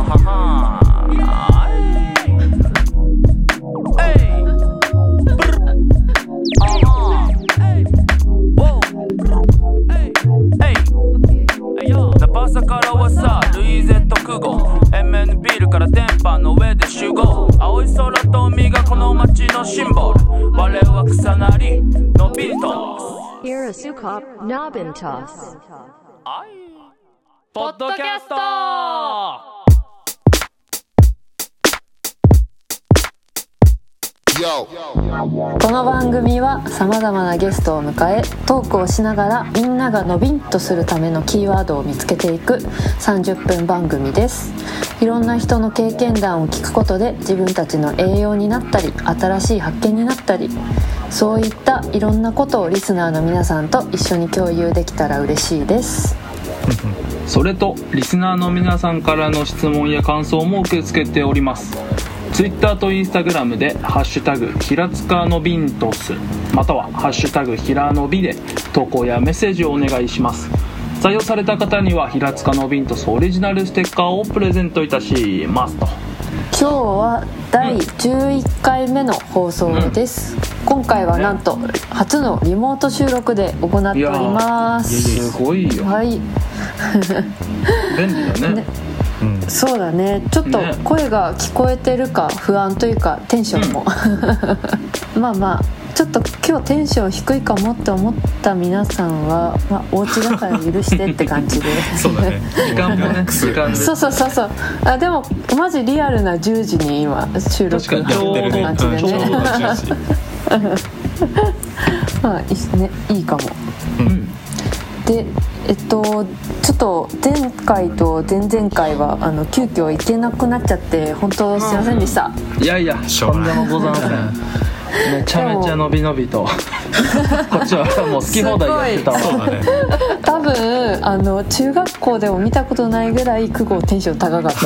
朝からはさルイゼット空港 MN ビールから電波の上で集合青い空と海がこの街のシンボル我は草なりのビートヒラスコノビントスポッドキャストこの番組はさまざまなゲストを迎えトークをしながらみんながのびんとするためのキーワードを見つけていく30分番組です。いろんな人の経験談を聞くことで自分たちの栄養になったり新しい発見になったり、そういったいろんなことをリスナーの皆さんと一緒に共有できたら嬉しいです。 それとリスナーの皆さんからの質問や感想も受け付けております。Twitter と Instagram でハッシュタグひらつかのびんとすまたはハッシュタグひらのびで投稿やメッセージをお願いします。採用された方にはひらつかのびんとすオリジナルステッカーをプレゼントいたしますと。 今日は第11回目の放送です、今回はなんと初のリモート収録で行っております。 すごいよ、 はい便利だね。 そうだね、ちょっと声が聞こえてるか不安というかテンションも、まあまあちょっと今日テンション低いかもって思った皆さんは、お家だから許してって感じでそうだね、 時間もね時間でそうあでもマジリアルな10時に今収録確かにって感じでねまあいいかも、でちょっと前回と前々回は急遽行けなくなっちゃって本当すいませんでした。 いやいやとんでもございませんめちゃめちゃのびのびとこっちはもう好き放題やってたわ。 そうだね、 多分中学校でも見たことないぐらい久保テンション高か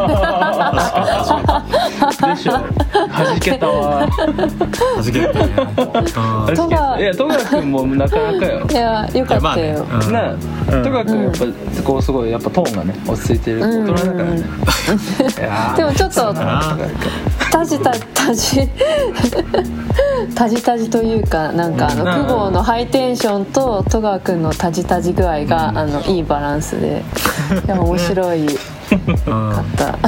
ったでしょ、弾けたわはじけたね。 いや戸川君もなかなかよ。 いやよかったよ、 ね、戸川君やっぱこうすごいやっぱトーンがね落ち着いてる大人だからね、 でもちょっとタジというかなんか久保のハイテンションと戸川くんのタジ具合がいいバランスでいや面白いかった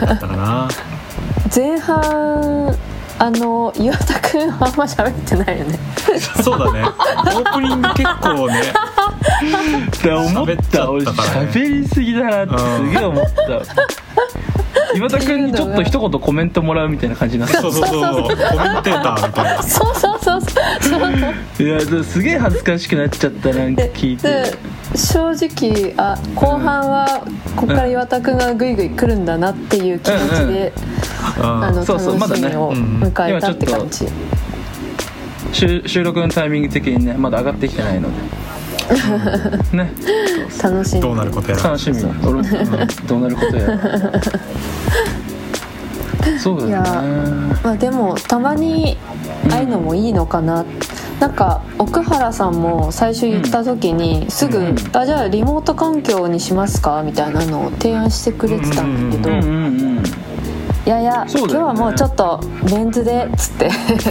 前半岩田くんあんま喋ってないよねそうだね、オープニング結構ね思った俺喋りすぎだなってすげえ思った岩田君にちょっと一言コメントもらうみたいな感じになってそうコメンテーターみたいなそういやすげえ恥ずかしくなっちゃったなんか聞いて。 正直後半はここから岩田君がグイグイ来るんだなっていう気持ちで、楽しみを迎えたって感じ、 収録のタイミング的にねまだ上がってきてないのでね楽しみどうなることやら楽しみ俺どうなることやらそうだね。いや、でもたまにああいうのもいいのかな、なんか奥原さんも最初言った時にすぐ、じゃあリモート環境にしますかみたいなのを提案してくれてたんだけど、いや、今日はもうちょっとメンズでっつって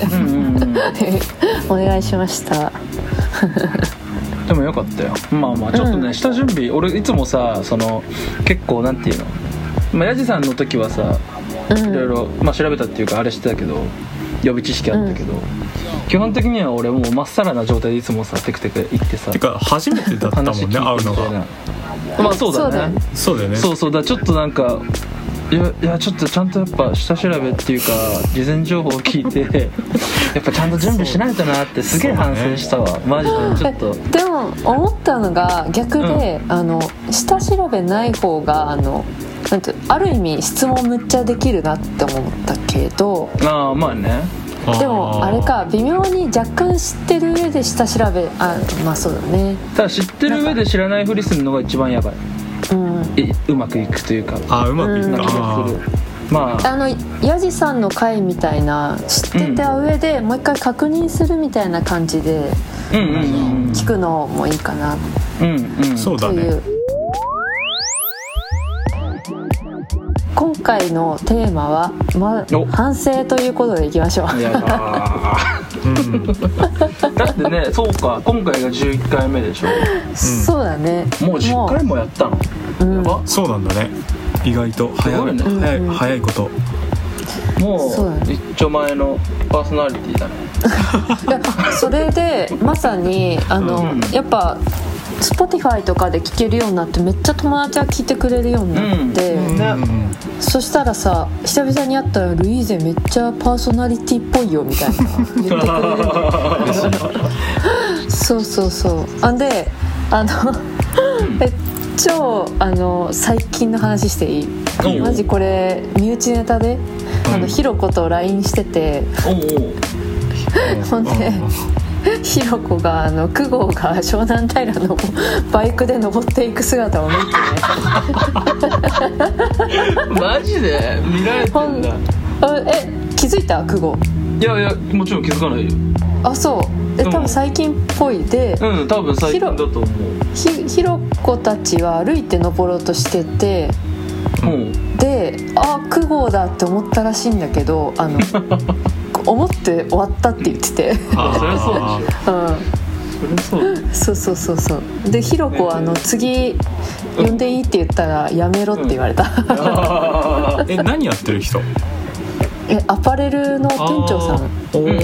お願いしましたでもよかったよ。まあちょっとね、下準備俺いつもさ結構なんていうの、ヤジさんの時はさいろいろ調べたっていうかあれしてたけど予備知識あったけど、基本的には俺もうまっさらな状態でいつもさテクテク行ってさ、 てか初めてだったもんね会うのが。 まあそうだねそうだよね。 そうだ、ちょっとなんかいやちょっとちゃんとやっぱ下調べっていうか事前情報を聞いてやっぱちゃんと準備しないとなってすげえ反省したわ、マジでちょっと。 でも思ったのが逆で、下調べない方がなんてある意味質問むっちゃできるなって思ったけど、 まあね、 でもあれか微妙に若干知ってる上で下調べまあそうだね。 ただ知ってる上で知らないふりするのが一番やばい、うまくいくというかうまくいくな気がする。 ヤジさんの回みたいな知ってた上で、もう一回確認するみたいな感じで聞くのもいいかな、 そうだね。 今回のテーマは、 お反省ということでいきましょう。 いやだだってね、そうか、今回が11回目でしょ。 そうだね。 もう10回もやったの。 うんやば。 そうなんだね。意外と早い、 すごいね早いこと。 もそうだねう一丁前のパーソナリティだね。 いやそれでまさにやっぱ Spotify とかで聴けるようになって、めっちゃ友達が聴いてくれるようになって、そしたらさ、久々に会ったらルイーゼめっちゃパーソナリティっぽいよみたいな言ってくれるそうそうそう。で超最近の話していい？マジこれ身内ネタでひろこと LINE してて、ほんでひろこが久保が湘南平のバイクで登っていく姿を見てマジで見られてんだ。 気づいた？久保。 いやいや、もちろん気づかないよ。 あ、そう。多分最近っぽいで、 うん、多分最近だと思う。 ひろこたちは歩いて登ろうとしてて、で、久保だって思ったらしいんだけど、思って終わったって言ってて。 あ、そりゃそうでしょ。そりゃそう。 そうそうで、ひろこは次呼んでいいって言ったらやめろって言われた。 何やってる人？ アパレルの店長さん。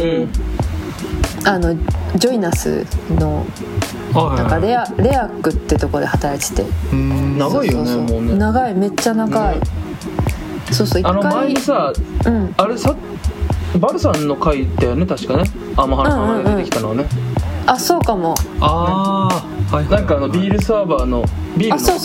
ジョイナスのなんかレアックってとこで働いてて、 長いよね。もうね、 長い、めっちゃ長い、そうそう。一回前にさ、あれさ、バルさんの回だよね、確かね。天原さんが出てきたのはね。 あ、そうかも。 なんかビールサーバーのビールの、 そう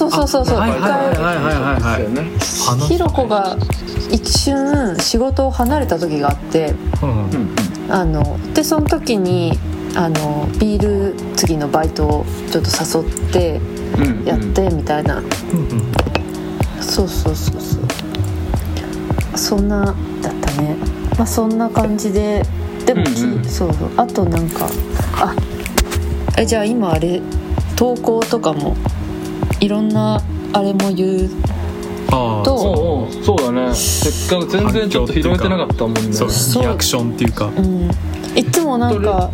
ひろこが一瞬仕事を離れた時があって、でその時にビール次のバイトをちょっと誘ってやってみたいな、そうそんなだったね。まあそんな感じで、でもそうあとなんかじゃあ今あれ投稿とかもいろんなあれも言うと、 そうだね。せっかく全然ちょっと拾えてなかったもんね。 そう、リアクションっていうか、 いつもなんか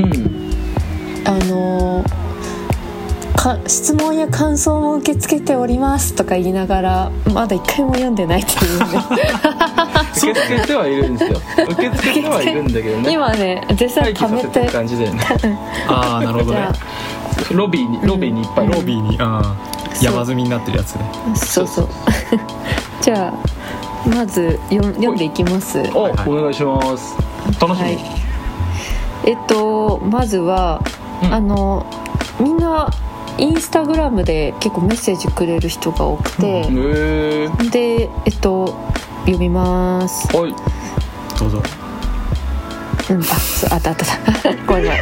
質問や感想も受け付けておりますとか言いながら、まだ一回も読んでないっていうね。 受け付けてはいるんですよ。受け付けてはいるんだけどね。 今ね絶賛貯めて感じだよね。 なるほどね。 ロビーにいっぱい、 ロビーに山積みになってるやつね。そうじゃあまず読んでいきます。 お願いします。楽しみ。 まずはみんなインスタグラムで結構メッセージくれる人が多くて、で読みます。 はい、どうぞ。 あったごめん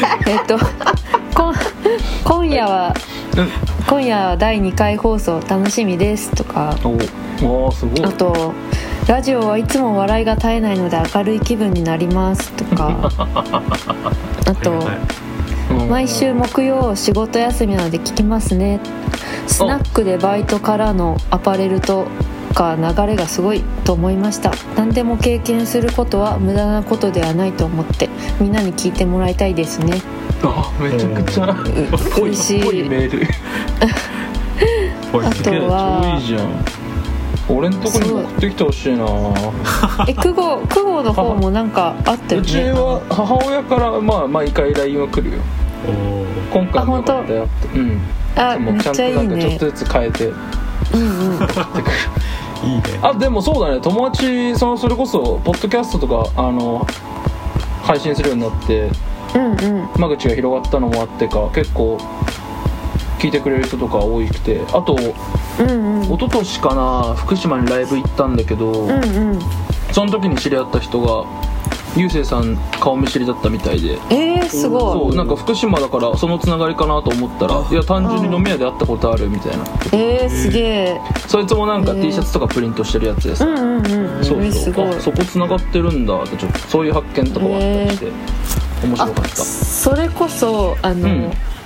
今夜は第2回放送楽しみですとか、 すごい。 あとラジオはいつも笑いが絶えないので明るい気分になりますとかあと毎週木曜仕事休みなので聞きますね。スナックでバイトからのアパレルとか流れがすごいと思いました。何でも経験することは無駄なことではないと思ってみんなに聞いてもらいたいですね。 めちゃくちゃ嬉しいメール。 あとは超いいじゃん。俺んとこにも送ってきてほしいな。 久保の方もなんかあったよね。 うちは母親から毎回 LINE は来るよ。今回もだったよって。 めっちゃいいね。 ちょっとずつ変えて送ってくる。 いいね。 でもそうだね、友達それこそポッドキャストとか配信するようになって間口が広がったのもあってか、結構聞いてくれる人とか多くて、あと一昨年かな、福島にライブ行ったんだけど、その時に知り合った人がゆうせいさん顔見知りだったみたいで、 すごい。 そうなんか福島だからそのつながりかなと思ったら、いや単純に飲み屋で会ったことあるみたいな。 すげえ。 そいつもなんか T シャツとかプリントしてるやつでさ、 すごい。 そこつながってるんだって、ちょっとそういう発見とかもあったりして面白かった。 それこそ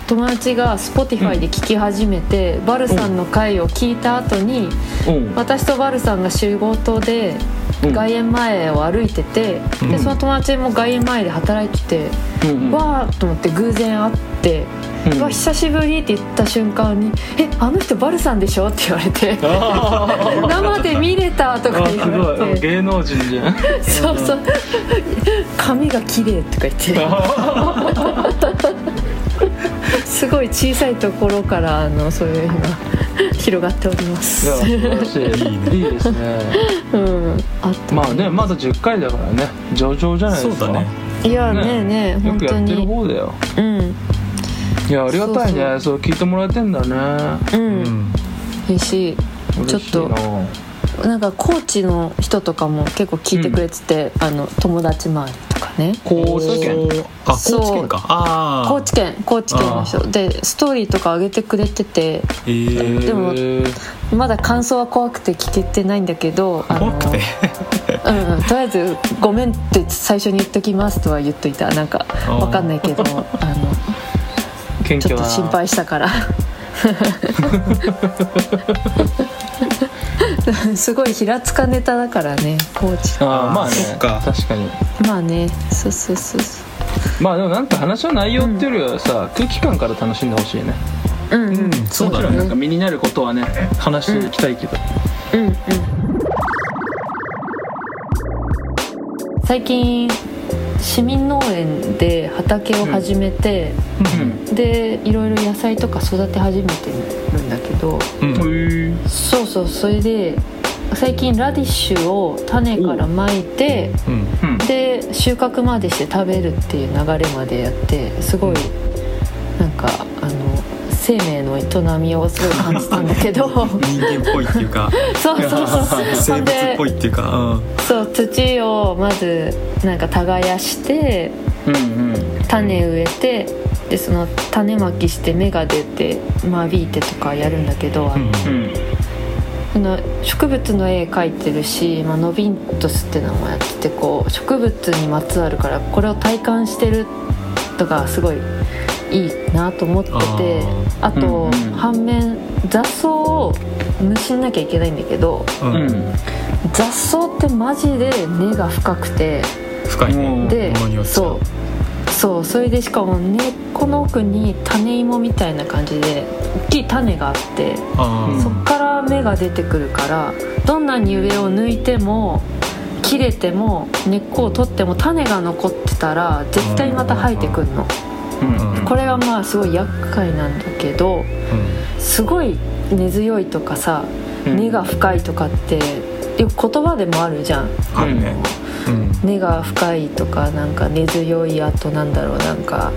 友達が Spotify で聴き始めて、バルさんの回を聞いた後に、私とバルさんが仕事で外苑前を歩いてて、でその友達も外苑前で働いてて、わーと思って偶然会って、うわ久しぶりって言った瞬間にあの人バルさんでしょって言われて生で見れたとか言われて、 芸能人じゃんそうそう髪が綺麗とか言ってすごい小さいところからそういうのが広がっております。 いや素晴らしいいいですね、まあねまだ10回だからね上々じゃないですか。 そうだね。 いやね本当によくやってる方だよ。いやありがたいね。そう聞いてもらえてんだね。 嬉しい。ちょっとなんか高知の人とかも結構聞いてくれてて、友達周りとかね。 高知県高知県か。 高知県の人でストーリーとか上げてくれてて、でもまだ感想は怖くて聞けてないんだけど、 怖くてとりあえずごめんって最初に言っときますとは言っといた。なんかわかんないけどちょっと心配したからすごい平塚ネタだからね高知。 まあね確かにまあねそうまあでもなんか話の内容っていうよりはさ、空気感から楽しんでほしいね。 そうだね。 なんか身になることはね話していきたいけど、 最近市民農園で畑を始めて、でいろいろ野菜とか育て始めてるんだけど、そうそれで最近ラディッシュを種からまいて、で収穫までして食べるっていう流れまでやって、すごいなんか生命の営みをすごい感じたんだけど人間っぽいっていうかそう生物っぽいっていうか、 そう土をまずなんか耕して、種植えて、でその種まきして芽が出て間引いてとかやるんだけど、植物の絵描いてるし、ノビントスってのもやってて、こう植物にまつわるからこれを体感してるとかすごいいいなと思ってて、あと、反面雑草を虫んなきゃいけないんだけど、雑草ってマジで根が深くて深いね。 でそれでしかも根っこの奥に種芋みたいな感じで大きい種があって、そっから芽が出てくるから、どんなに上を抜いても切れても根っこを取っても種が残ってたら絶対また生えてくるの。これがまあすごい厄介なんだけど、すごい根強いとかさ、根が深いとかってよく言葉でもあるじゃん。 あるね。 根が深いとか、なんか根強い、あとなんだろう、なんか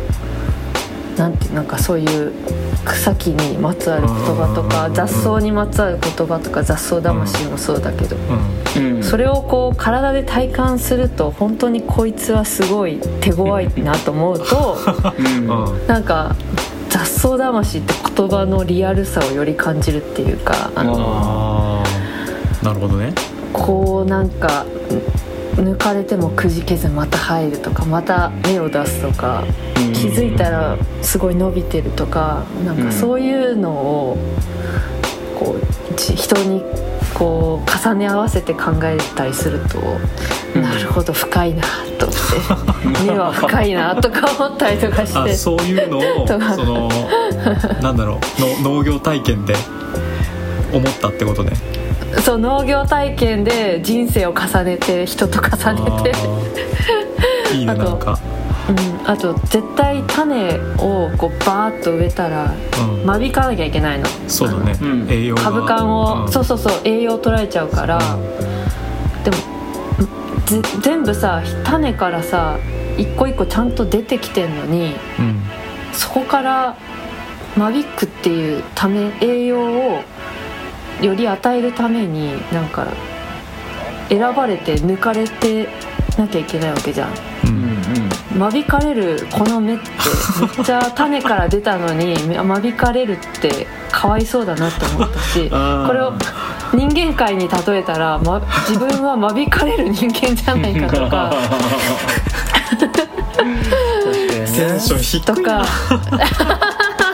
そういう草木にまつわる言葉とか、雑草にまつわる言葉とか、雑草魂もそうだけど、それをこう体で体感すると本当にこいつはすごい手強いなと思うとなんか雑草魂って言葉のリアルさをより感じるっていうか、 なるほどね。 こうなんか抜かれてもくじけずまた生えるとか、また芽を出すとか、気づいたらすごい伸びてるとか、なんかそういうのをこう人にこう重ね合わせて考えたりすると、なるほど深いなと思って根は深いなとか思ったりとかして、 そういうのをそのなんだろう、農業体験で思ったってことね。 そう農業体験で人生を重ねて、人と重ねていいね。なんかあと絶対種をこうバーッと植えたら間引かなきゃいけないの。 そうだね。栄養が株間を、そう栄養取られちゃうから、でも全部さ種からさ一個一個ちゃんと出てきてんのに、そこから間引くっていうため、栄養をより与えるためになんか選ばれて抜かれてなきゃいけないわけじゃん。間引かれるこの芽ってめっちゃ種から出たのに間引かれるってかわいそうだなって思ったし、これを人間界に例えたら、自分は間引かれる人間じゃないかとかテンション低いなとか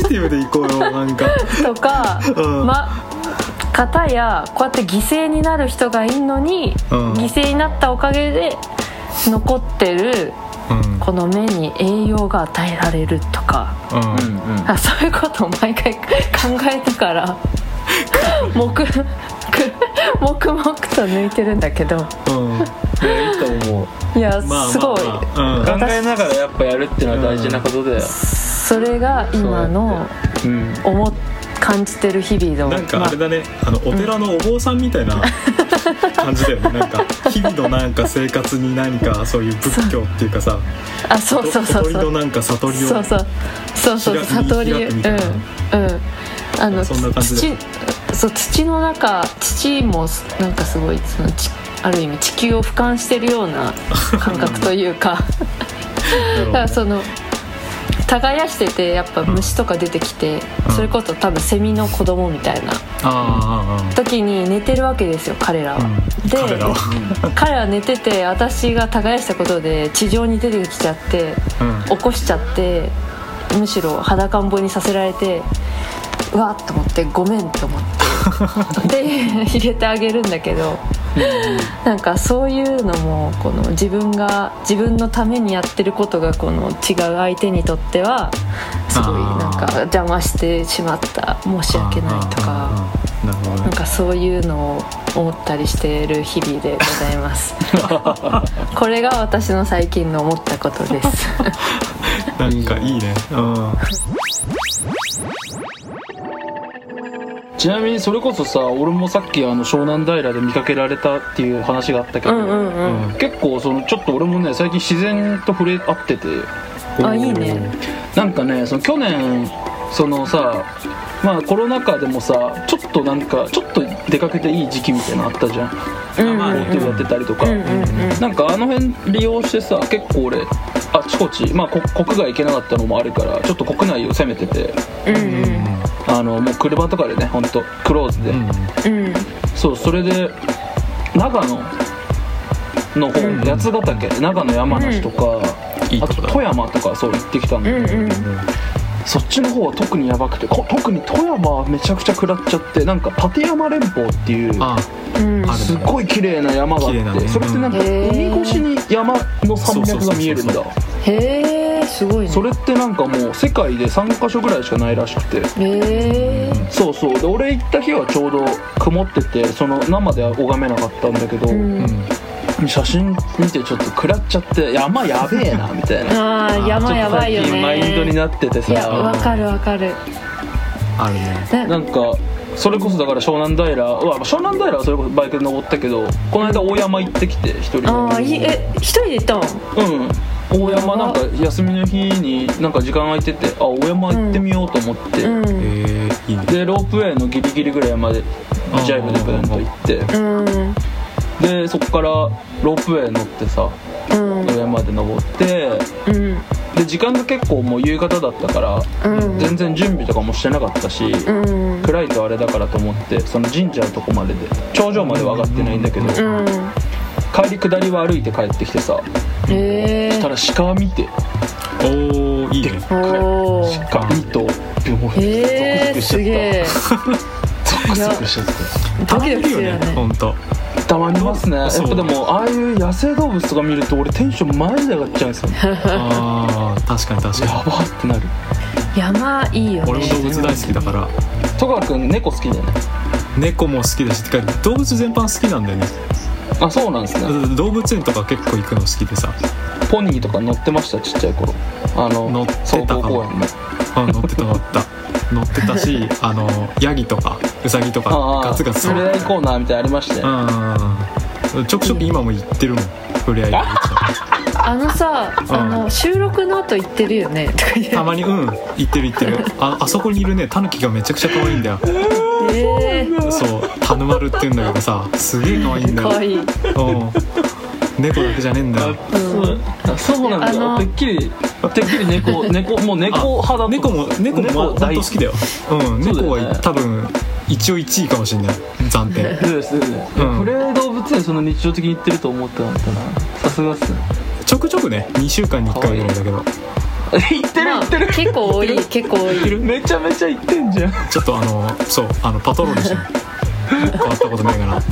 ティブでいこうよなんかとか、方やこうやって犠牲になる人がいるのに、犠牲になったおかげで残ってるこの目に栄養が与えられるとか、そういうことを毎回考えながら黙々と抜いてるんだけど、 いやいいと思う。 いや、すごい、 考えながらやっぱやるっていうのは大事なことだよ。 それが今の感じてる日々の、 なんかあれだね、お寺のお坊さんみたいな感じだよね。なんか日々のなんか生活に何かそういう仏教っていうかさ、 そう悟りのなんか悟りをそう悟り、 そんな感じで、 土の中、土もなんかすごいある意味地球を俯瞰してるような感覚というかだからその耕しててやっぱ虫とか出てきて、それこそ多分セミの子供みたいな時に寝てるわけですよ、彼らは。で彼らは寝てて、私が耕したことで地上に出てきちゃって、起こしちゃって、むしろ裸んぼにさせられて、うわっと思ってごめんと思ってで入れてあげるんだけど、なんかそういうのもこの自分のためにやってることがこの違う相手にとってはすごいなんか邪魔してしまった、申し訳ないとか、なんかそういうのを思ったりしている日々でございますこれが私の最近の思ったことですなんかいいね。 ちなみにそれこそさ、俺もさっき湘南平で見かけられたっていう話があったけど、結構ちょっと俺もね最近自然と触れ合ってて、 いいね。 なんかね、去年さ、コロナ禍でもさ、ちょっと出かけていい時期みたいなのあったじゃん。GoTo やってたりとか、なんかあの辺利用してさ、結構俺あちこち、国外行けなかったのもあるからちょっと国内を攻めてて、もう車とかでね、ほんとクローズで、それで長野の方、八ヶ岳、長野山梨とか、あと富山とかそう行ってきたんだけど、そっちの方は特にやばくて、特に富山はめちゃくちゃ食らっちゃって、なんか立山連峰っていうすっごい綺麗な山があって、それってなんか海越しに山の山脈が見えるんだ。 へー、すごいね。 それってなんかもう世界で3カ所ぐらいしかないらしくて、そうで俺行った日はちょうど曇ってて、生では拝めなかったんだけど、写真見てちょっと食らっちゃって、山やべえなみたいな。 山やばいよね。 ちょっと最近マインドになっててさ。 いや、わかるあるね。 なんかそれこそだから湘南平はそれこそバイクで登ったけど、この間大山行ってきて一人で。 一人で行ったの？ 大山なんか休みの日になんか時間空いてて、大山行ってみようと思って、 いいね。 でロープウェイのギリギリぐらいまでジャイブでブンと行って、でそこからロープウェイ乗ってさ、上まで登って、で時間が結構もう夕方だったから、全然準備とかもしてなかったし、暗いとあれだからと思って、その神社のとこまでで頂上までは上がってないんだけど、帰り下りは歩いて帰ってきてさ、したら鹿見て、 いいね。 鹿2頭でもゾクゾクしちゃった。 すげえゾクゾクしちゃった。 ドキドキするよね。 本当。 たまにますね。やっぱでもああいう野生動物とか見ると俺テンションマジで上がっちゃうんですよね。 確かにやばってなる。 山いいよね。 俺も動物大好きだから。 戸川くん猫好きだよね。 猫も好きだし、てか動物全般好きなんだよね。 そうなんですね。 動物園とか結構行くの好きでさ。 ポニーとか乗ってました、ちっちゃい頃。 乗ってたかも。乗ってたし、ヤギとかウサギとかガツガツ触れ合いコーナーみたいなありましたよ。 ちょくちょく今も行ってるもん、触れ合い収録の後行ってるよね。 たまに行ってるあそこにいるね、タヌキがめちゃくちゃ可愛いんだよ。そうタヌマルって言うんだけどさ、すげえ可愛いんだよ。 可愛い。 猫だけじゃねえんだよ。 そうなんだよ。てっきり猫もう猫派だ。 猫も本当好きだよ。猫は多分一応1位かもしれない、暫定。 触れ合い動物園その日常的に行ってると思ってなかったな。さすがっすね。 ちょくちょくね、2週間に1回ぐらいだけど。 言ってるまあ言ってる、 結構多いめちゃめちゃ言ってんじゃん。 ちょっとそうパトロールして変わったことないかな。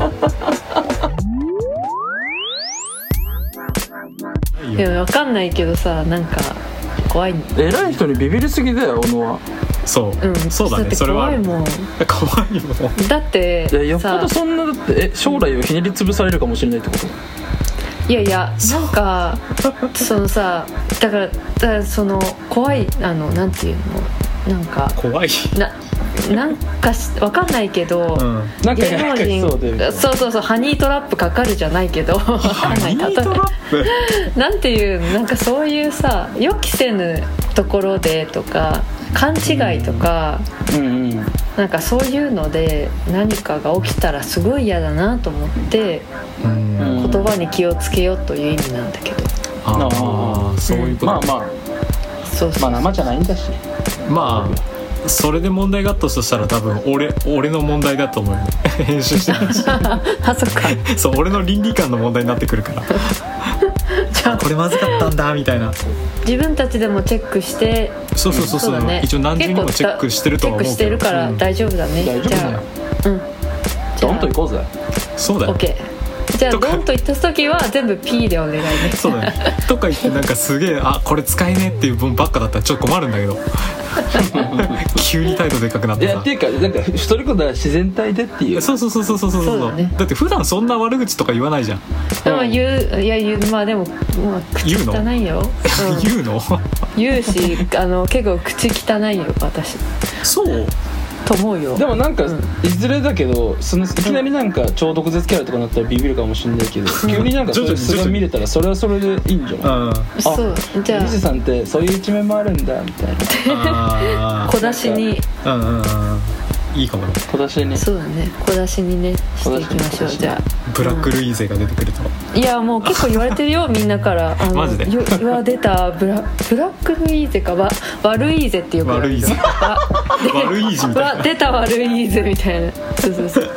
いや分かんないけどさ、なんか怖い。 偉い人にビビりすぎだよ小野は。 そう、そうだね、 ってそれは怖いもん。 怖いもん。 だっていやよっぽさどそんな、だって将来をひねり潰されるかもしれないってこと。 いやいや、なんかそのさ、だからその怖い、なんていうの、なんか怖い。 なんかわかんないけど、 なんか芸能人そうハニートラップかかるじゃないけど、わかんない、 ハニートラップなんていう、なんかそういうさ、予期せぬところでとか勘違いとか、なんかそういうので何かが起きたらすごい嫌だなと思って、言葉に気をつけようという意味なんだけど。 ああ、そういうこと。 まあそうまあ生じゃないんだし、 まあそれで問題があったとしたら多分俺の問題だと思うよ。編集してるしあ、そっか。 そう、俺の倫理観の問題になってくるからじゃあこれまずかったんだみたいな。 自分たちでもチェックして、 そうだね、 一応何重にもチェックしてるとは思うけど、 チェックしてるから大丈夫だね、 大丈夫だよ。ドンと行こうぜ。 そうだよ。 OK。 じゃあドンと言った時は全部 P でお願いね。 そうだね。とか言ってなんかすげえこれ使えねえっていう分ばっかだったらちょっと困るんだけど急に態度でかくなってさ。 いやっていうか、なんか一人言は自然体でっていう。 そうそうだね。 だって普段そんな悪口とか言わないじゃん。 でも言う、まあでも、まあ、口言うの汚いよ、 言うの言うし、結構口汚いよ私そうと思うよ。 でもなんか、いずれだけど、いきなりなんか超毒舌キャラとかなったらビビるかもしれないけど、急になんかそういう素が見れたらそれはそれでいいんじゃない？ そうじゃあリズさんってそういう一面もあるんだみたいな。 小出しに、 いいかもね。 小出しに。 そうだね、小出しにねしていきましょう。じゃあブラックルイーゼが出てくると、 いやもう結構言われてるよみんなからマジで出たブラックルイーゼか悪いーゼっていうか、 悪いーゼ悪いーゼみたいな、 出た悪いーゼみたいな。そう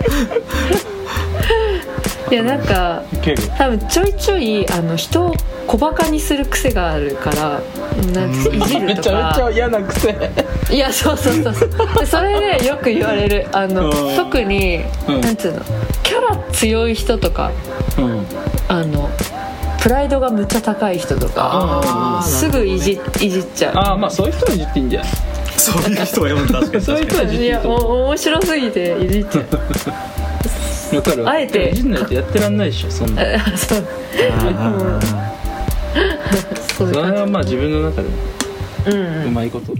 いやなんか多分ちょいちょい人を小バカにする癖があるから、なんかいじるとかめちゃめちゃ嫌な癖。 いやそうでそれでよく言われる、特に、なんつうの、キャラ強い人とか、プライドがむっちゃ高い人とかすぐいじっちゃう。 まあそういう人はいじっていいんじゃない。 そういう人は読んで確かにそういう人はいじっていい。 いやもう面白すぎていじっちゃう。 わかる。 あえていじんないとやってらんないでしょそんな。 そうそれはまあ自分の中でうまいこと。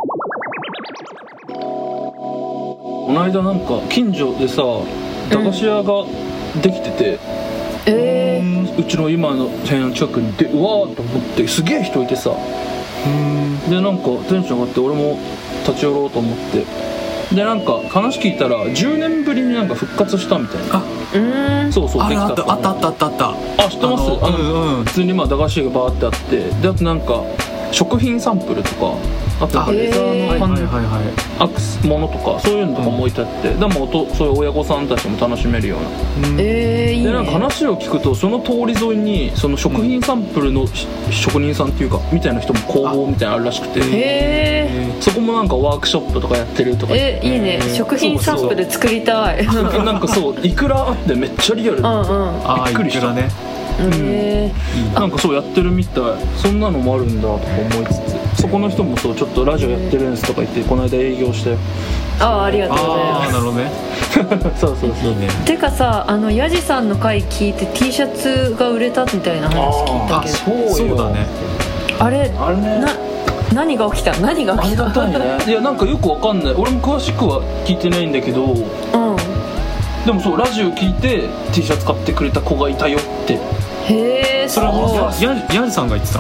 この間なんか近所でさ駄菓子屋ができてて、うちの今の部屋の近くにうわーと思って、すげえ人いてさ、でなんかテンション上がって俺も立ち寄ろうと思って、でなんか話聞いたら10年ぶりになんか復活したみたいな。そうそう、できたと。 あった知ってます？普通にまあ駄菓子がバーってあって、であとなんか食品サンプルとか、あとなんかレザーのアクスものとかそういうのとかも置いてあって、でもそういう親御さんたちも楽しめるような。 いいね。 でなんか話を聞くと、その通り沿いにその食品サンプルの職人さんっていうかみたいな人も工房みたいなのあるらしくて、そこもなんかワークショップとかやってるとか言って。 いいね、食品サンプル作りたい。 なんかそうイクラあってめっちゃリアルでびっくりしたね。なんかそうやってるみたい。そんなのもあるんだとか思いつつ、そこの人もそうちょっとラジオやってるんですとか言ってこの間営業したよ。 ありがとうございます。 なるほどね。 そういいね。 てかさ、ヤジさんの回聞いて T シャツが売れたみたいな話聞いたけど、 そうだね。 あれ何が起きた？ ありがたいね。いやなんかよくわかんない、俺も詳しくは聞いてないんだけど、でもそうラジオ聞いて T シャツ買ってくれた子がいたよって。 へえ、 それはヤジさんが言ってた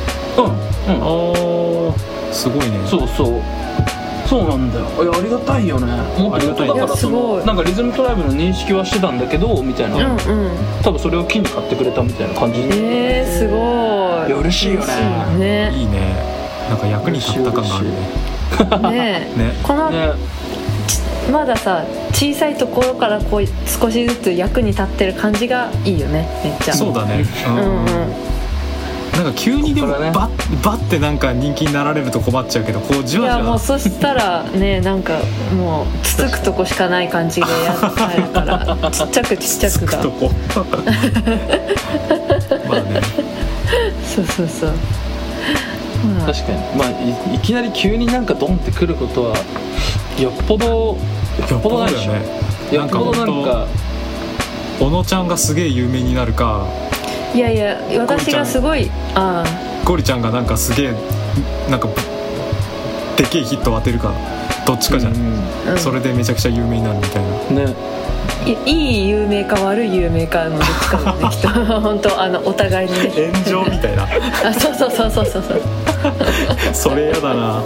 の？すごいね。 そうなんだよ。いやありがたいよね。もともとだからそのなんかリズムトライブの認識はしてたんだけどみたいな、多分それを機に買ってくれたみたいな感じ。 すごい。 いや嬉しいよね。 いいね。なんか役に立った感があるね。 このまださ小さいところからこう少しずつ役に立ってる感じがいいよね、めっちゃ。 そうだね。 なんか急にでもね、 バッてなんか人気になられると困っちゃうけど、こうじいわじわやもうそしたらね、なんかもうつつくとこしかない感じが嫌だからちっちゃくがつくとこまあね、 そうそうそう、まあ、 確かに、まあ いきなり急になんかドンってくることはよっぽどないでしょ。よっぽどなんか小野ちゃんがすげえ有名になるか、 いやいや私がすごいゴリちゃんがなんかすげえなんかでけえヒットを当てるかどっちかじゃん、 うん、 それでめちゃくちゃ有名になるみたいなね。 いい有名か悪い有名かのどっちかだねきっと本当お互いにね炎上みたいなあ、そうそれやだな。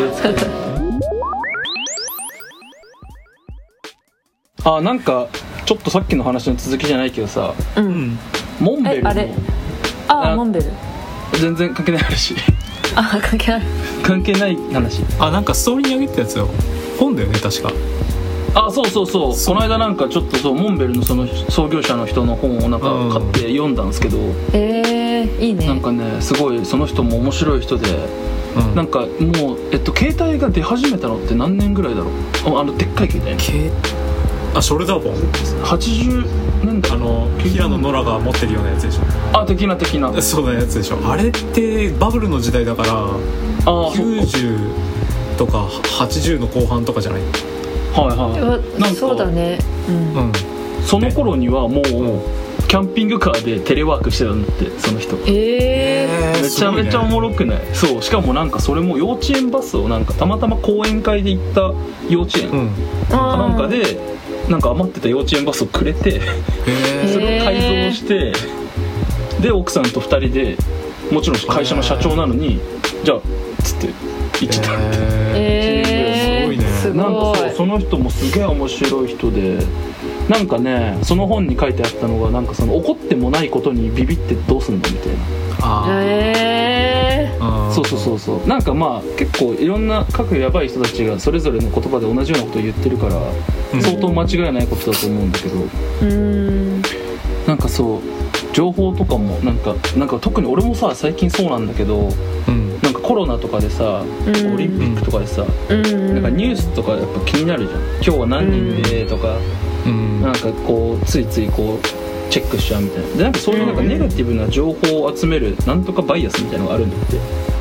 あ、なんかちょっとさっきの話の続きじゃないけどさ、 うん、 モンベルのあれモンベル全然関係ない話関係ない話。 なんかストーリーに上げたやつよ、本だよね確か。 そうこの間なんかちょっとそうモンベルのその創業者の人の本をなんか買って読んだんですけど、 いいね。 なんかねすごいその人も面白い人で、なんかもう携帯が出始めたのって何年ぐらいだろう。でっかい携帯、 ショルダーフォン 80年代、 平野ノラが持ってるようなやつでしょ。 的なそうなやつでしょ。あれってバブルの時代だから90とか80の後半とかじゃない。 なんかそうだね、 その頃にはもうキャンピングカーでテレワークしてたんだって、その人。めちゃめちゃおもろくない？そう、しかもなんかそれも幼稚園バスをなんかたまたま講演会で行った幼稚園かなんかでなんか余ってた幼稚園バスをくれてそれを改造してで奥さんと2人でもちろん会社の社長なのにじゃあつって行ってたって。なんかその人もすげえ面白い人で、なんかねその本に書いてあったのがなんかその怒ってもないことにビビってどうすんのみたいな。そうなんかまあ結構いろんな各やばい人たちがそれぞれの言葉で同じようなことを言ってるから相当間違いないことだと思うんだけど、なんかそう情報とかもなんか特に俺もさ最近そうなんだけど、なんかコロナとかでさ、オリンピックとかでさ、なんかニュースとかやっぱ気になるじゃん。今日は何人でとか、なんかこうついついこうチェックしちゃうみたいな。でなんかそういうなんかネガティブな情報を集めるなんとかバイアスみたいなのがあるんだって。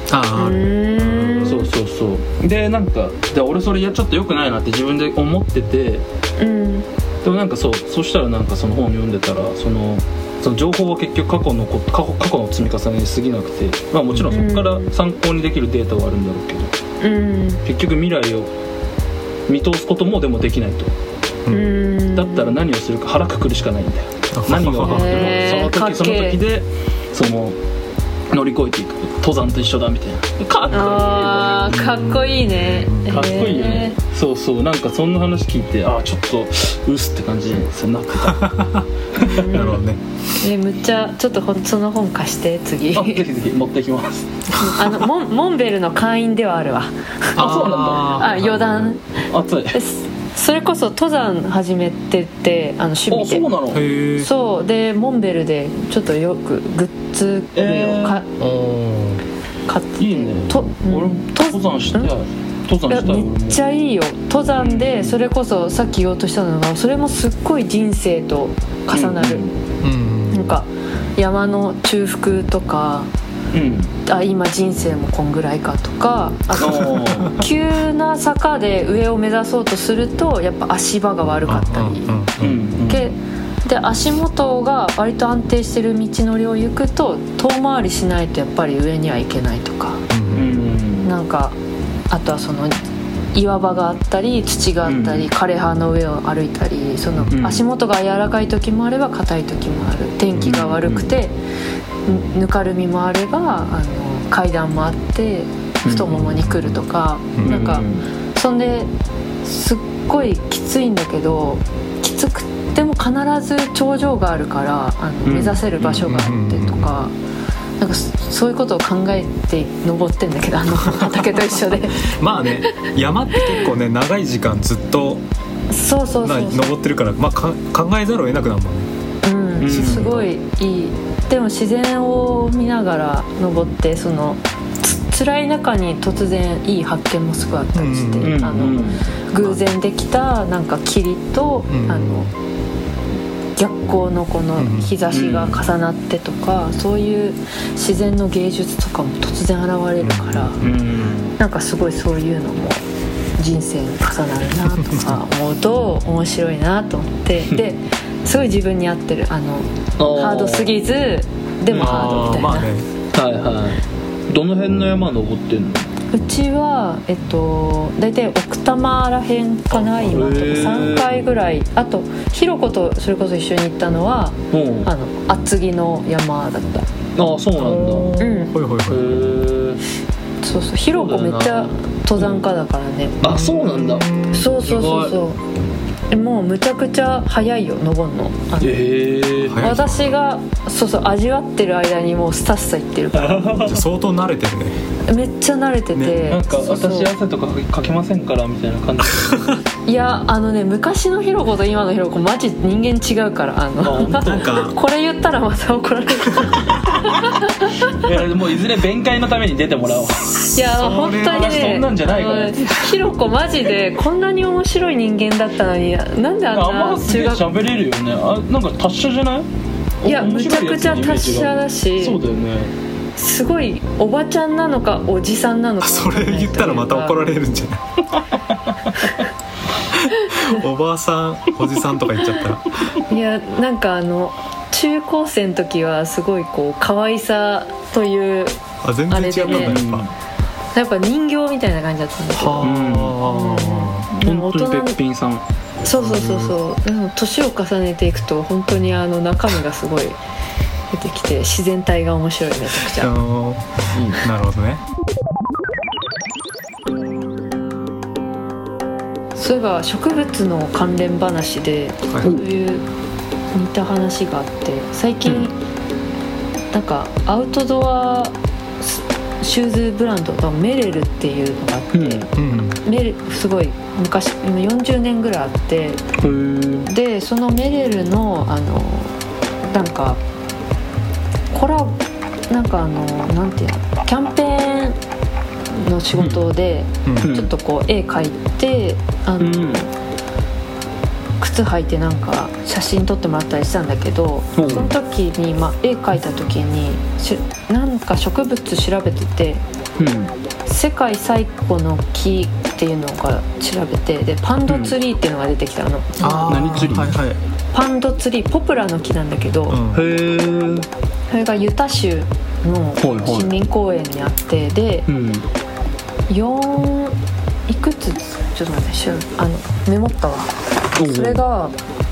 そうでなんか俺それちょっと良くないなって自分で思ってて、でもなんかそしたらなんかその本を読んでたらその情報は結局過去の積み重ねに過ぎなくて、まあもちろんそこから参考にできるデータはあるんだろうけど、結局未来を見通すこともでもできないと。だったら何をするか腹くくるしかないんだよ。何が起こってもその時で乗り越えていく。登山と一緒だみたいな。かっこいいね。 かっこいいよね。そうなんかそんな話聞いてちょっとうすって感じになってた。なるほどね。 むっちゃちょっとその本貸して次。 ぜひぜひ持ってきます。 モンベルの会員ではあるわ。 そうなんだ。 余談。 熱い。 それこそ登山始めてて趣味で。 そうなの。 そうでモンベルでちょっとよくグッズ類を買っていいね。俺登山したい。 めっちゃいいよ。登山でそれこそさっき言おうとしたのがそれもすっごい人生と重なる、なんか山の中腹とか、今人生もこんぐらいかとか、急な坂で上を目指そうとするとやっぱ足場が悪かったり、で足元が割と安定してる道のりを行くと遠回りしないとやっぱり上には行けないとか、なんかあとはその岩場があったり土があったり、枯葉の上を歩いたり、その足元が柔らかい時もあれば硬い時もある、天気が悪くてぬかるみもあれば階段もあって太ももに来るとか、なんかそんですっごいきついんだけどきつくても必ず頂上があるから目指せる場所があってとか、なんかそういうことを考えて登ってんだけど畑と一緒でまあね山って結構ね長い時間ずっと登ってるから、まあ、考えざるを得なくなるもんね。 すごいいい。ででも自然を見ながら登って、その辛い中に突然いい発見もすごいあったりして、偶然できたなんか霧と、逆光のこの日差しが重なってとか、そういう自然の芸術とかも突然現れるから、なんかすごいそういうのも人生に重なるなとか思うと面白いなと思ってですごい自分に合ってる、ハードすぎずでもハードみたいな。 はいはい。どの辺の山登ってんの？ うちはだいたい奥多摩らへんかな、今と3回ぐらい。あとひろことそれこそ一緒に行ったのは厚木の山だった。 ああ、そうなんだ。 ほいほいほい。 そうそう、ひろこめっちゃ登山家だからね。 あ、そうなんだ。 そうそうそうそう。もうむちゃくちゃ早いよ登るの。私がそう味わってる間にもうスタッサ行ってるからじゃ相当慣れてるね。 めっちゃ慣れてて、ね、 なんか私汗とかかきませんからみたいな感じ。 いや昔のひろこと今のひろこマジ人間違うから、なんかこれ言ったらまた怒られる。 いやもういずれ弁解のために出てもらおう。 いや本当にね、 そんなんじゃないからひろこマジでこんなに面白い人間だったのに、なんであんなすげえ喋れるよね。なんか達者じゃない？ いやむちゃくちゃ達者だし、 そうだよね。 すごいおばちゃんなのかおじさんなのか。 それ言ったらまた怒られるんじゃない？おばあさんおじさんとか言っちゃったら。 いやなんか中高生の時はすごいこう可愛さという全然違ったんだ、ね、 やっぱ人形みたいな感じだったんだけど、 本当にべっぴんさん。 そうそうそうそう。でも年を重ねていくと本当に中身がすごい出てきて、自然体が面白い、めちゃくちゃ。 なるほどね。 そういえば植物の関連話で、そういう似た話があって、最近、なんかアウトドアシューズブランドのメレルっていうのがあって、メレすごい昔40年ぐらいあって、でそのメレルのなんかなんかなんていうの、キャンペーンの仕事でちょっとこう絵描いて靴履いてなんか写真撮ってもらったりしたんだけど、その時に絵描いた時になんか植物調べてて、世界最古の木っていうのが調べて、でパンドツリーっていうのが出てきたの。 何ツリー？はいはい。 パンドツリー、ポプラの木なんだけど、 へえ。 それがユタ州の森林公園にあって、で、いくつちょっと待ってメモったわ。それが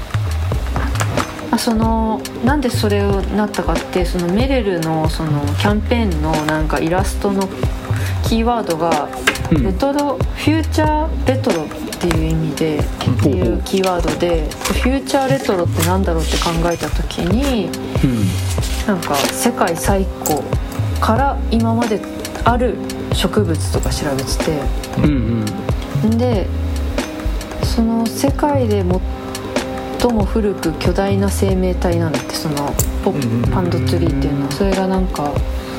なんでそれをなったかって、そのメレルのそのキャンペーンのなんかイラストのキーワードがレトロ、フューチャーレトロっていう意味でっていうキーワードで、フューチャーレトロってなんだろうって考えた時に、なんか世界最古から今まである植物とか調べてて、でその世界で最も古く巨大な生命体なんだって、そのパンドツリーっていうのは。それがなんか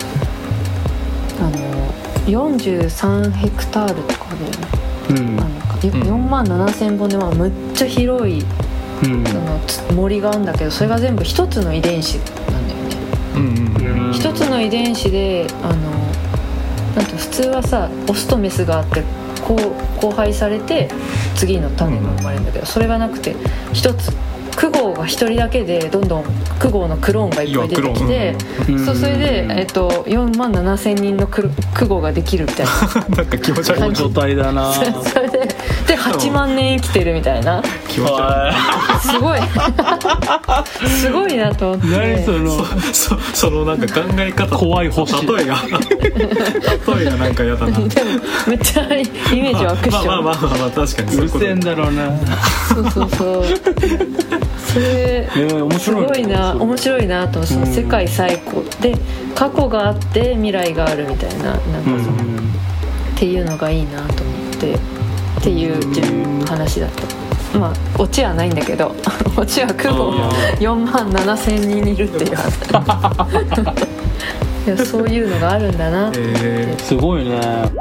43ヘクタールとかで、4万7000本でむっちゃ広いその森があるんだけど、それが全部一つの遺伝子なんだよね。一つの遺伝子でなんて普通はさ、オスとメスがあって交配されて次の種が生まれるんだけど、それがなくて一つクゴーが一人だけでどんどんクゴーのクローンがいっぱい出てきて、それで、4万7000人のクゴーができるみたいななんか気持ち悪い状態だな。 それで8万年生きてるみたいな。 気持ち悪い。 すごいすごいなと思って。 何そのなんか考え方、 怖い星。 例えがなんか嫌だな。でもめっちゃイメージ湧くっしょ。 まあ確かにうるせえんだろうな。 そうそれすごいな、面白いなと。その世界最古で過去があって未来があるみたいな、なんかっていうのがいいなと思ってっていう話だった。 まあオチはないんだけどオチは空母4万7000人いるっていう話いやそういうのがあるんだな、 すごいね。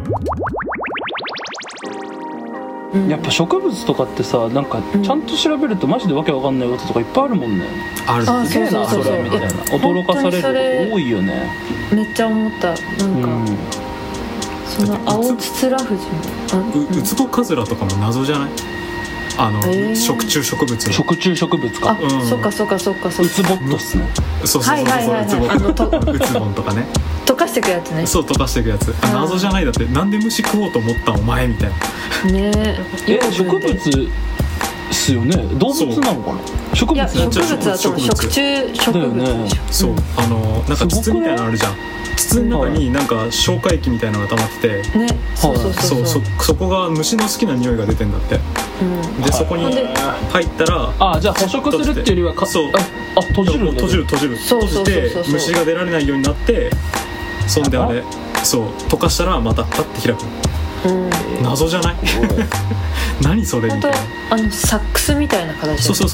やっぱ植物とかってさ、なんかちゃんと調べるとマジでわけわかんないこととかいっぱいあるもんね。 ある。 すげえなそれみたいな、驚かされること多いよね。 めっちゃ思った。なんか、その青ツツラフジもウツボカズラとかも謎じゃない？食虫植物の食虫植物か。 そっかそっかそっかそっか。 ウツボットっすね。 そうウツボンとかね。 溶かしていくやつね。 そう溶かしていくやつ。謎じゃない。だってなんで虫食おうと思ったお前みたいな。 ねえ。植物っすよね。動物なのかな。植物。 いや植物は食虫植物でしょ。 そうなんか筒みたいなのあるじゃん。筒の中になんか消化液みたいなのが溜まってて、 ね、そこが虫の好きな匂いが出てんだって、でそこに入ったらじゃあ捕食するっていうよりは閉じる閉じて虫が出られないようになって、そんであれ溶かしたらまたパッて開く。謎じゃない？何それみたいな。 サックスみたいな形。 そう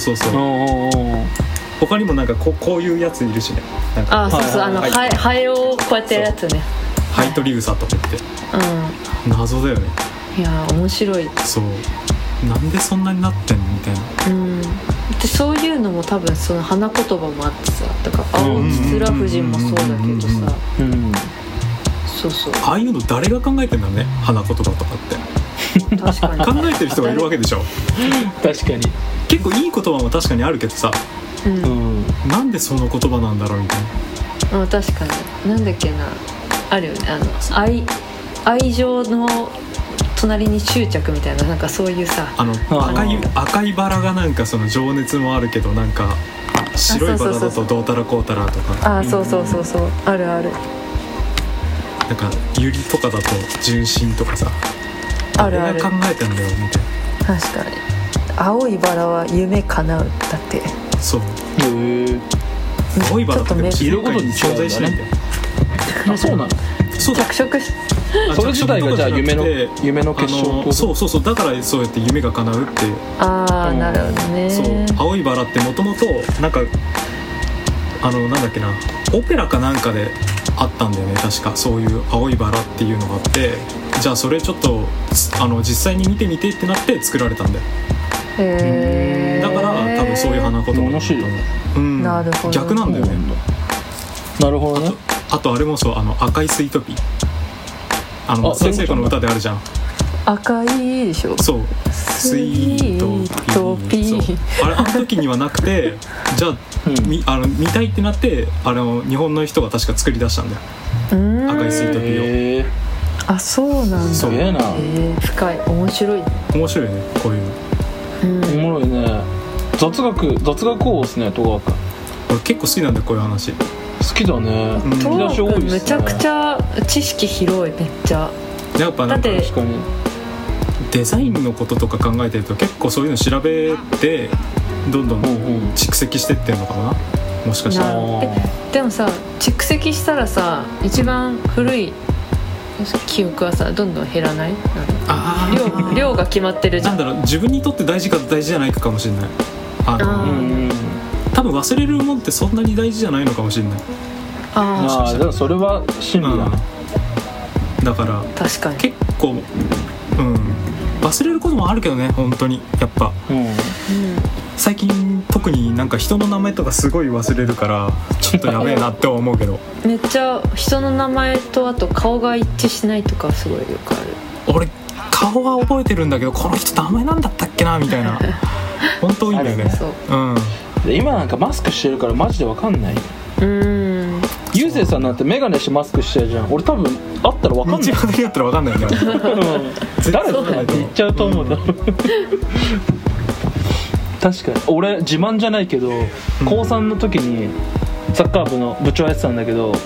他にもなんかこういうやついるしね。 そうハエをこうやってやるやつね。 ハイトリグサとか言って。謎だよね。 いや面白い。 そうなんでそんなになってんのみたいな。 でそういうのも多分その花言葉もあってさ、だから青ツツラフジもそうだけどさ、そうああいうの誰が考えてんだろうね、花言葉とかって。 確かに考えてる人がいるわけでしょ。 確かに結構いい言葉も確かにあるけどさ、なんでその言葉なんだろうみたいな。確かになんだっけな、あるよね、愛情の隣に執着みたいな、なんかそういうさ、 赤いバラがなんかその情熱もあるけど、なんか白いバラだとどうたらこうたらとか、 そうあるある。 なんかユリとかだと純真とかさ、 あるある。 誰が考えてんだよみたいな。 確かに青いバラは夢叶うだって。 そう。青いバラって色ごとに存在しないんだよ。 そうなの。 そう着色しそれ自体がじゃあ夢の結晶。 そうだからそうやって夢が叶うっていう。 なるほどね。 そう青いバラってもともとなんかなんだっけな、オペラかなんかであったんだよね確か。そういう青いバラっていうのがあって、じゃあそれちょっと実際に見てみてってなって作られたんだよ。だから多分そういう花言葉面白いよね。 なるほど。 逆なんだよね。 なるほどね。 あとあれもそう、赤いスイートピー、先生の歌であるじゃん。 赤いでしょ。 そうスイートピー。あの時にはなくて、じゃあ、見たいってなって日本の人が確か作り出したんだよ、赤いスイートピーを。 そうなんだ。 すげえな。 深い。面白いねこういうの。 おもろいね。雑学多いですね、戸川君。 俺結構好きなんだよこういう話。 好きだね。 戸川君めちゃくちゃ知識広い。めっちゃやっぱなんか確かにデザインのこととか考えてると結構そういうの調べてどんどん蓄積してってんのかな、もしかしたら。 でもさ、蓄積したらさ、一番古い記憶はさどんどん減らない？量が決まってるじゃん。 なんだろう、自分にとって大事か大事じゃないかもしれない。多分忘れるもんってそんなに大事じゃないのかもしれない。 でもそれは真理だね。 だから確かに結構忘れることもあるけどね、本当にやっぱ、最近特になんか人の名前とかすごい忘れるからちょっとやべえなって思うけどめっちゃ人の名前とあと顔が一致しないとかすごいよくある。 俺顔は覚えてるんだけどこの人名前なんだったっけなみたいな本当多いんだよね。 今なんかマスクしてるからマジで分かんない。ゆうせいさんなんてメガネしてマスクしてるじゃん。俺多分会ったら分かんない。 一番だけだったら分かんないよね誰って言っちゃうと思うんだ確かに俺自慢じゃないけど、高3の時にサッカー部の部長やってたんだけど、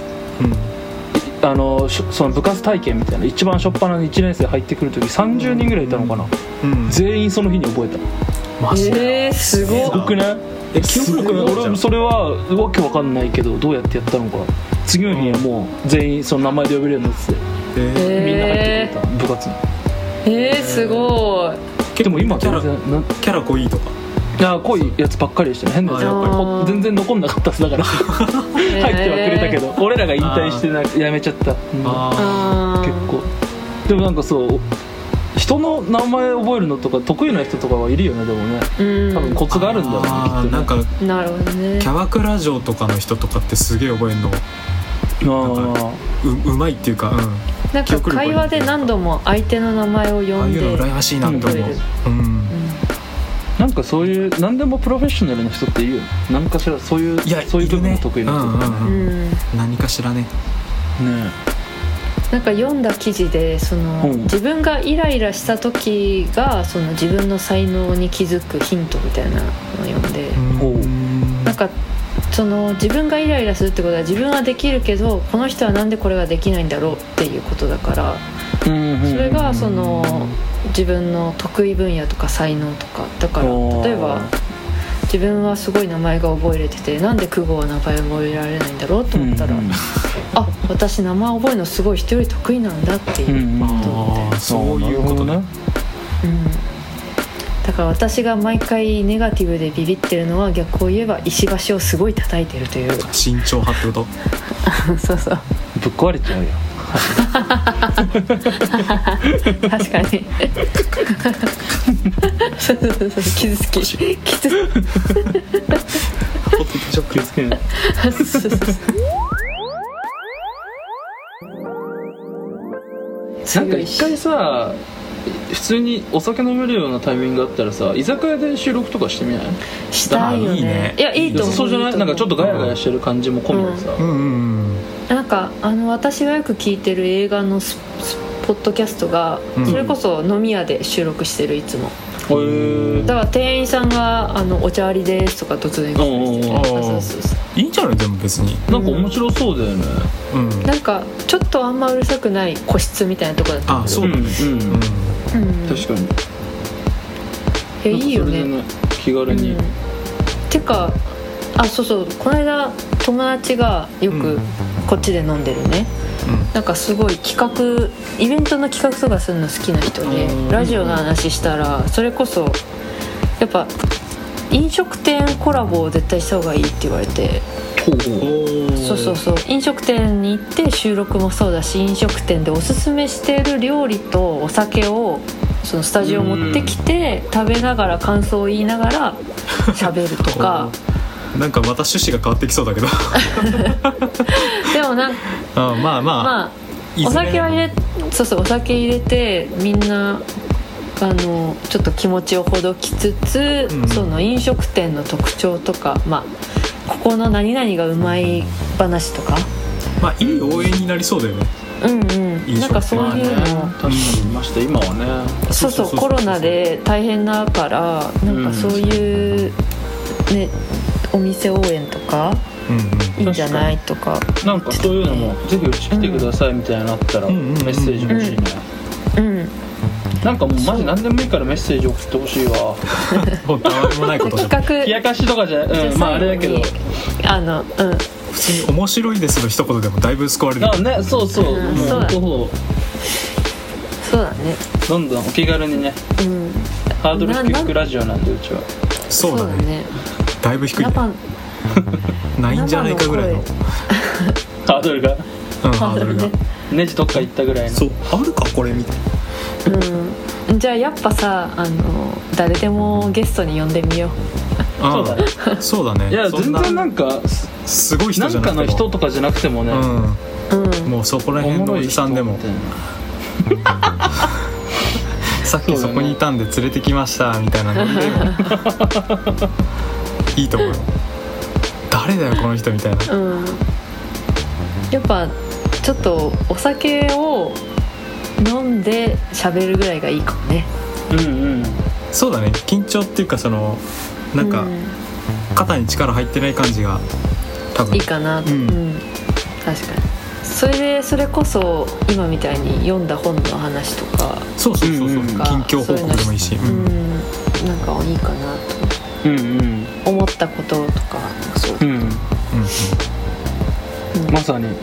その部活体験みたいな一番初っ端の1年生入ってくる時30人ぐらいいたのかな、全員その日に覚えた。 マジで、 すごい。 すごくね。記憶力俺それはわけわかんないけどどうやってやったのか。次の日はもう全員その名前で呼べるようになってて、みんな入ってくれた部活に。 すごい。 でも今キャラ全然キャラ濃いとか。 いや濃いやつばっかりでしたね。変なやつやっぱ全然残んなかったっす。だから入ってはくれたけど、俺らが引退してやめちゃった、結構。でもなんかそう人の名前覚えるのとか得意な人とかはいるよね。でもね、多分コツがあるんだろうね、きっとね。 なんかなるほどね。 キャバクラ嬢とかの人とかってすげえ覚えるのうまいっていうか、 なんか会話で何度も相手の名前を呼んで、 ああいうの羨ましいなって思う。 なんかそういう何でもプロフェッショナルな人っているよね。何かしらそういう部分が得意な人とかね。 何かしらね。 なんか読んだ記事で自分がイライラした時が自分の才能に気づくヒントみたいなのを読んで、なんか自分がイライラするってことは自分はできるけどこの人はなんでこれができないんだろうっていうことだから、それが自分の得意分野とか才能とかだから、例えば自分はすごい名前が覚えれててなんで久保は名前覚えられないんだろうと思ったら、あ、私名前覚えるのすごい人より得意なんだっていうことで、 そういうことね。 だから私が毎回ネガティブでビビってるのは逆を言えば石橋をすごい叩いてるという。 慎重派ってこと？ そうそう。 ぶっ壊れちゃうよ。 確かに。そう傷つき。傷つけない。なんか一回さ、普通にお酒飲めるようなタイミングがあったらさ、居酒屋で収録とかしてみない？ したいよね。いや、いいと思う。 そうじゃない？なんかちょっとガヤガヤしてる感じも込みでさ、 なんか私がよく聞いてる映画のポッドキャストが、それこそ飲み屋で収録してる、いつも。だから店員さんがお茶ありですとか突然来て、 いいんじゃない？でも別になんか面白そうだよね。 なんかちょっとあんまうるさくない個室みたいなとこだったんだけど。 そうだね。確かに。いいよね。 気軽に。 てかそうこの間友達がよくこっちで飲んでるね、なんかすごいイベントの企画とかするの好きな人で、ラジオの話したらそれこそやっぱ飲食店コラボを絶対した方がいいって言われて、そう飲食店に行って収録もそうだし、飲食店でおすすめしてる料理とお酒をスタジオ持ってきて食べながら感想を言いながら喋るとかなんかまた趣旨が変わってきそうだけどでもなんかまあお酒はお酒入れてみんなちょっと気持ちをほどきつつ、飲食店の特徴とか、ここの何々がうまい話とか、 いい応援になりそうだよね。 なんかそういうの、 確かにました今はね。 そうコロナで大変だからなんかそういうねお店応援とかいいんじゃないとか、 なんかそういうのもぜひうち来てくださいみたいなのあったらメッセージ欲しいね。なんかもうマジ何でもいいからメッセージ送ってほしいわ。 たわいもないことじゃん。 冷やかしとかじゃあれだけど普通に面白いですの一言でもだいぶ救われる。 そうそうだね。 どんどんお気軽にね、ハードル低くラジオなんでうちは。 そうだね。だいぶ低いね。ないんじゃないかぐらいのハードルが、 ハードルがネジどっか行ったぐらいの。 そうあるかこれみたいな。 じゃあやっぱさ誰でもゲストに呼んでみよう。そうだね。 いや全然なんかすごい人じゃなくても、 なんかの人とかじゃなくてもね、 もうそこら辺のおじさんでもさっきそこにいたんで連れてきましたみたいなのでいいと思うよ。誰だよこの人みたいな。 やっぱちょっとお酒を飲んで喋るぐらいがいいかもね。 そうだね。緊張っていうかなんか肩に力入ってない感じが多分いいかなと。確かに。それこそ今みたいに読んだ本の話とか、 そう近況報告でもいいし、 なんかいいかなと思ったこととか、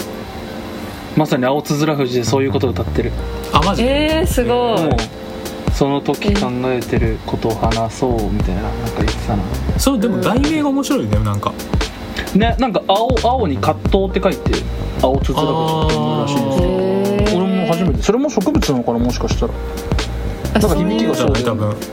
まさに青つづら富士でそういうことを歌ってる。 マジ？ すごい。 その時考えてることを話そうみたいな、なんか言ってたな。 それでも題名が面白いね、なんかね、なんか青に葛藤って書いて青つづらぶじっていうらしいんですけど、俺も初めて。それも植物なのかな、もしかしたら。なんか響きがそうだよね、多分。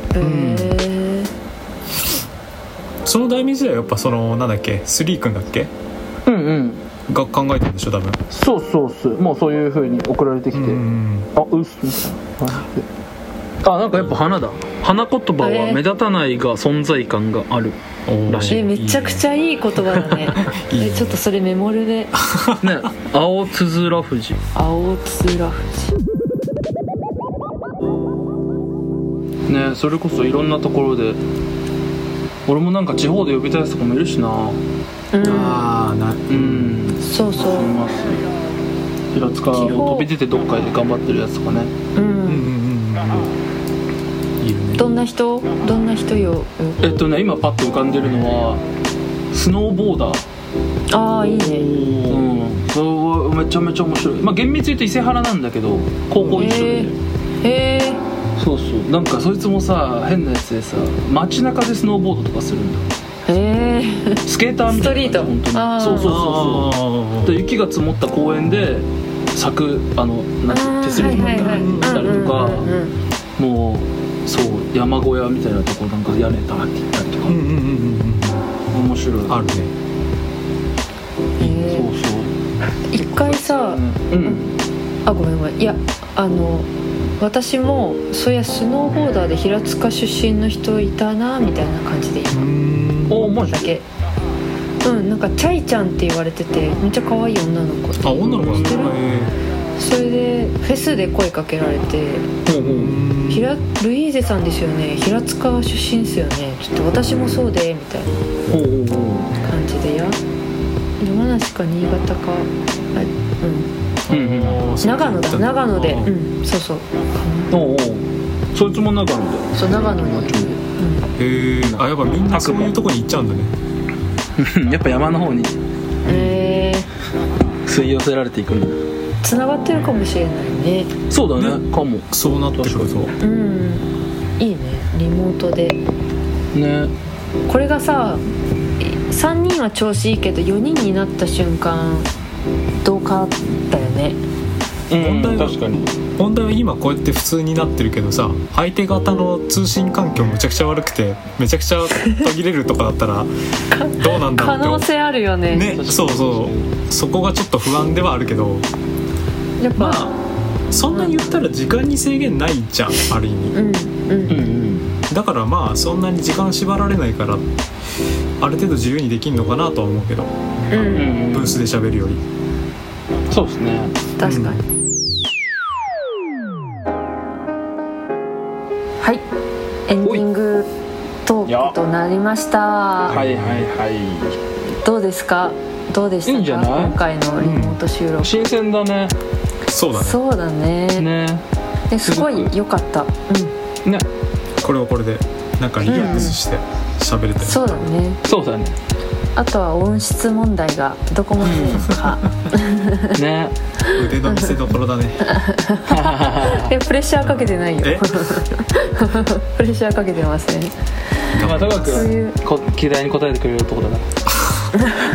その題名自体はやっぱそのなんだっけ、スリー君だっけ、 うんうんが考えたんでしょ多分。 そうそうそう、もうそういう風に送られてきて、あ、うっすみたいな感じで。あ、なんかやっぱ花だ。花言葉は目立たないが存在感があるらしい。 めちゃくちゃいい言葉だね。 いいね。 ちょっとそれメモるね。 ね、青つづらふじ。 青つづらふじ。 ね、それこそいろんなところで、俺もなんか地方で呼びたいやつとかもいるしな。 ああ、 そうそう。 平塚を飛び出てどっかで頑張ってるやつとかね。 いいよね。 どんな人よ。 今パッと浮かんでるのはスノーボーダー。 ああ、いいね。 そうめちゃめちゃ面白い。まあ厳密に言うと伊勢原なんだけど、高校一緒で。そうそう、なんかそいつもさ、変なやつでさ、街中でスノーボードとかするんだ。スケーターみたいな感じ。本当に。そうで、雪が積もった公園で咲くなんて手すりとかしたりとか、もうそう山小屋みたいなところなんか屋根たって行ったりとか、面白い。 あるね。 そうそう。 一回さ、あ、ごめん、いや、私もそういやスノーボーダーで平塚出身の人いたなみたいな感じで今思うだけ。なんかチャイちゃんって言われてて、めっちゃ可愛い女の子。 あ、女の子してる。 それでフェスで声かけられて、ルイーゼさんですよね、平塚出身ですよね、ちょっと私もそうでみたいな感じで、山梨か新潟か、長野だ、長野で、そうそう、 そいつも長野で、 そう、長野にへえ、あ、やっぱみんなそういうとこに行っちゃうんだね。 やっぱ山の方に吸い寄せられていくんだ。 つながってるかもしれないね。 そうだね、かも。 そうなってくるといいね、リモートでね。 これがさ、3人は調子いいけど4人になった瞬間どうかだよね。 確かに。 問題は今こうやって普通になってるけどさ、相手方の通信環境めちゃくちゃ悪くてめちゃくちゃ途切れるとかだったらどうなんだろうって可能性あるよね。 そうそう、そこがちょっと不安ではあるけど、 やっぱ、 まあそんなに言ったら時間に制限ないじゃん、ある意味。だからまあそんなに時間縛られないからある程度自由にできるのかなとは思うけど、ブースで喋るより。 そうですね、 確かに。はい、エンディングトークとなりました。 はいはいはい。 どうですか、どうでしたか、 いいんじゃない、 今回のリモート収録。 新鮮だね。 そうだね。 そうだね。すごい良かった。 ね。これはこれでなんかリラックスして喋れてる。 そうだね。 そうだね。 あとは音質問題がどこまでかね。 腕の見せ所だね。 プレッシャーかけてないよ。プレッシャーかけてますね。 まあ高く期待に応えてくれるところだから。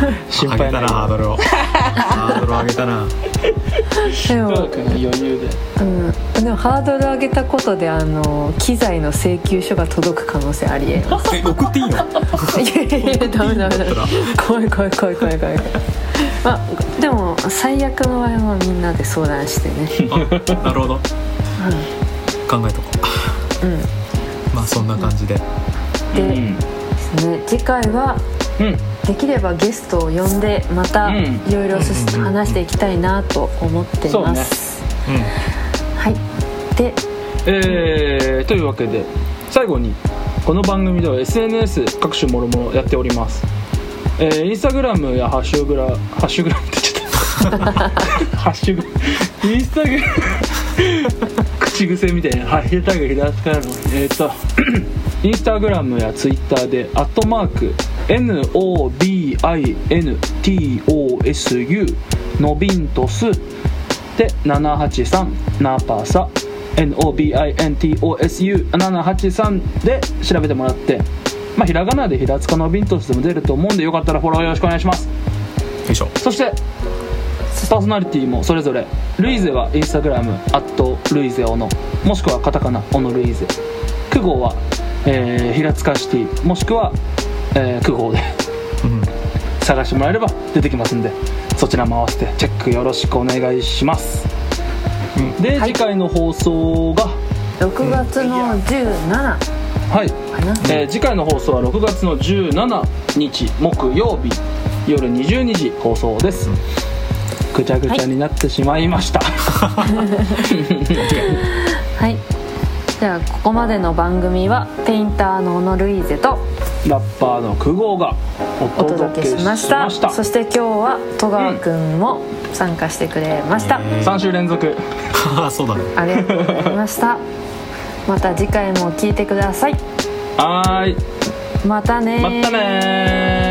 心配ない。 上げたな、ハードルを。ハードルを上げたな。 でも余裕で。 でもハードル上げたことで機材の請求書が届く可能性ありえます。 送っていいの？いやダメ。怖い。まあでも最悪の場合はみんなで相談してね。 なるほど。考えとこう。まあそんな感じで。 でですね、次回はできればゲストを呼んでまたいろいろ話していきたいなと思ってます。はい。で、 というわけで最後にこの番組では SNS 各種もろもろやっております。インスタグラムやハッシュグラムって言っちゃったハッシュグラムインスタグラム口癖みたいなハッシュタグ平塚のインスタグラムやツイッターで@NOBINTOSU ノビントスで783ナーパーサ NOBINTOSU783 で調べてもらって、ひらがなで平塚のビントスでも出ると思うんで、よかったらフォローよろしくお願いします。 よいしょ。 そしてパーソナリティもそれぞれ、ルイゼはインスタグラムルイゼオノ、もしくはカタカナオノルイゼ、クゴは、平塚シティもしくは、クゴで、探してもらえれば出てきますんで、そちらも合わせてチェックよろしくお願いします。で、次回の放送が 6月の17、 はい、次回の放送は6月の17日木曜日夜22時放送です。ぐちゃぐちゃになってしまいました。 はい、じゃあここまでの番組はペインターの小野ルイーゼとラッパーの久保がお届けしました。 そして今日は戸川くんも参加してくれました。 3週連続そうだね。 ありがとうございました。また次回も聞いてください。 はい、 またね。 またね。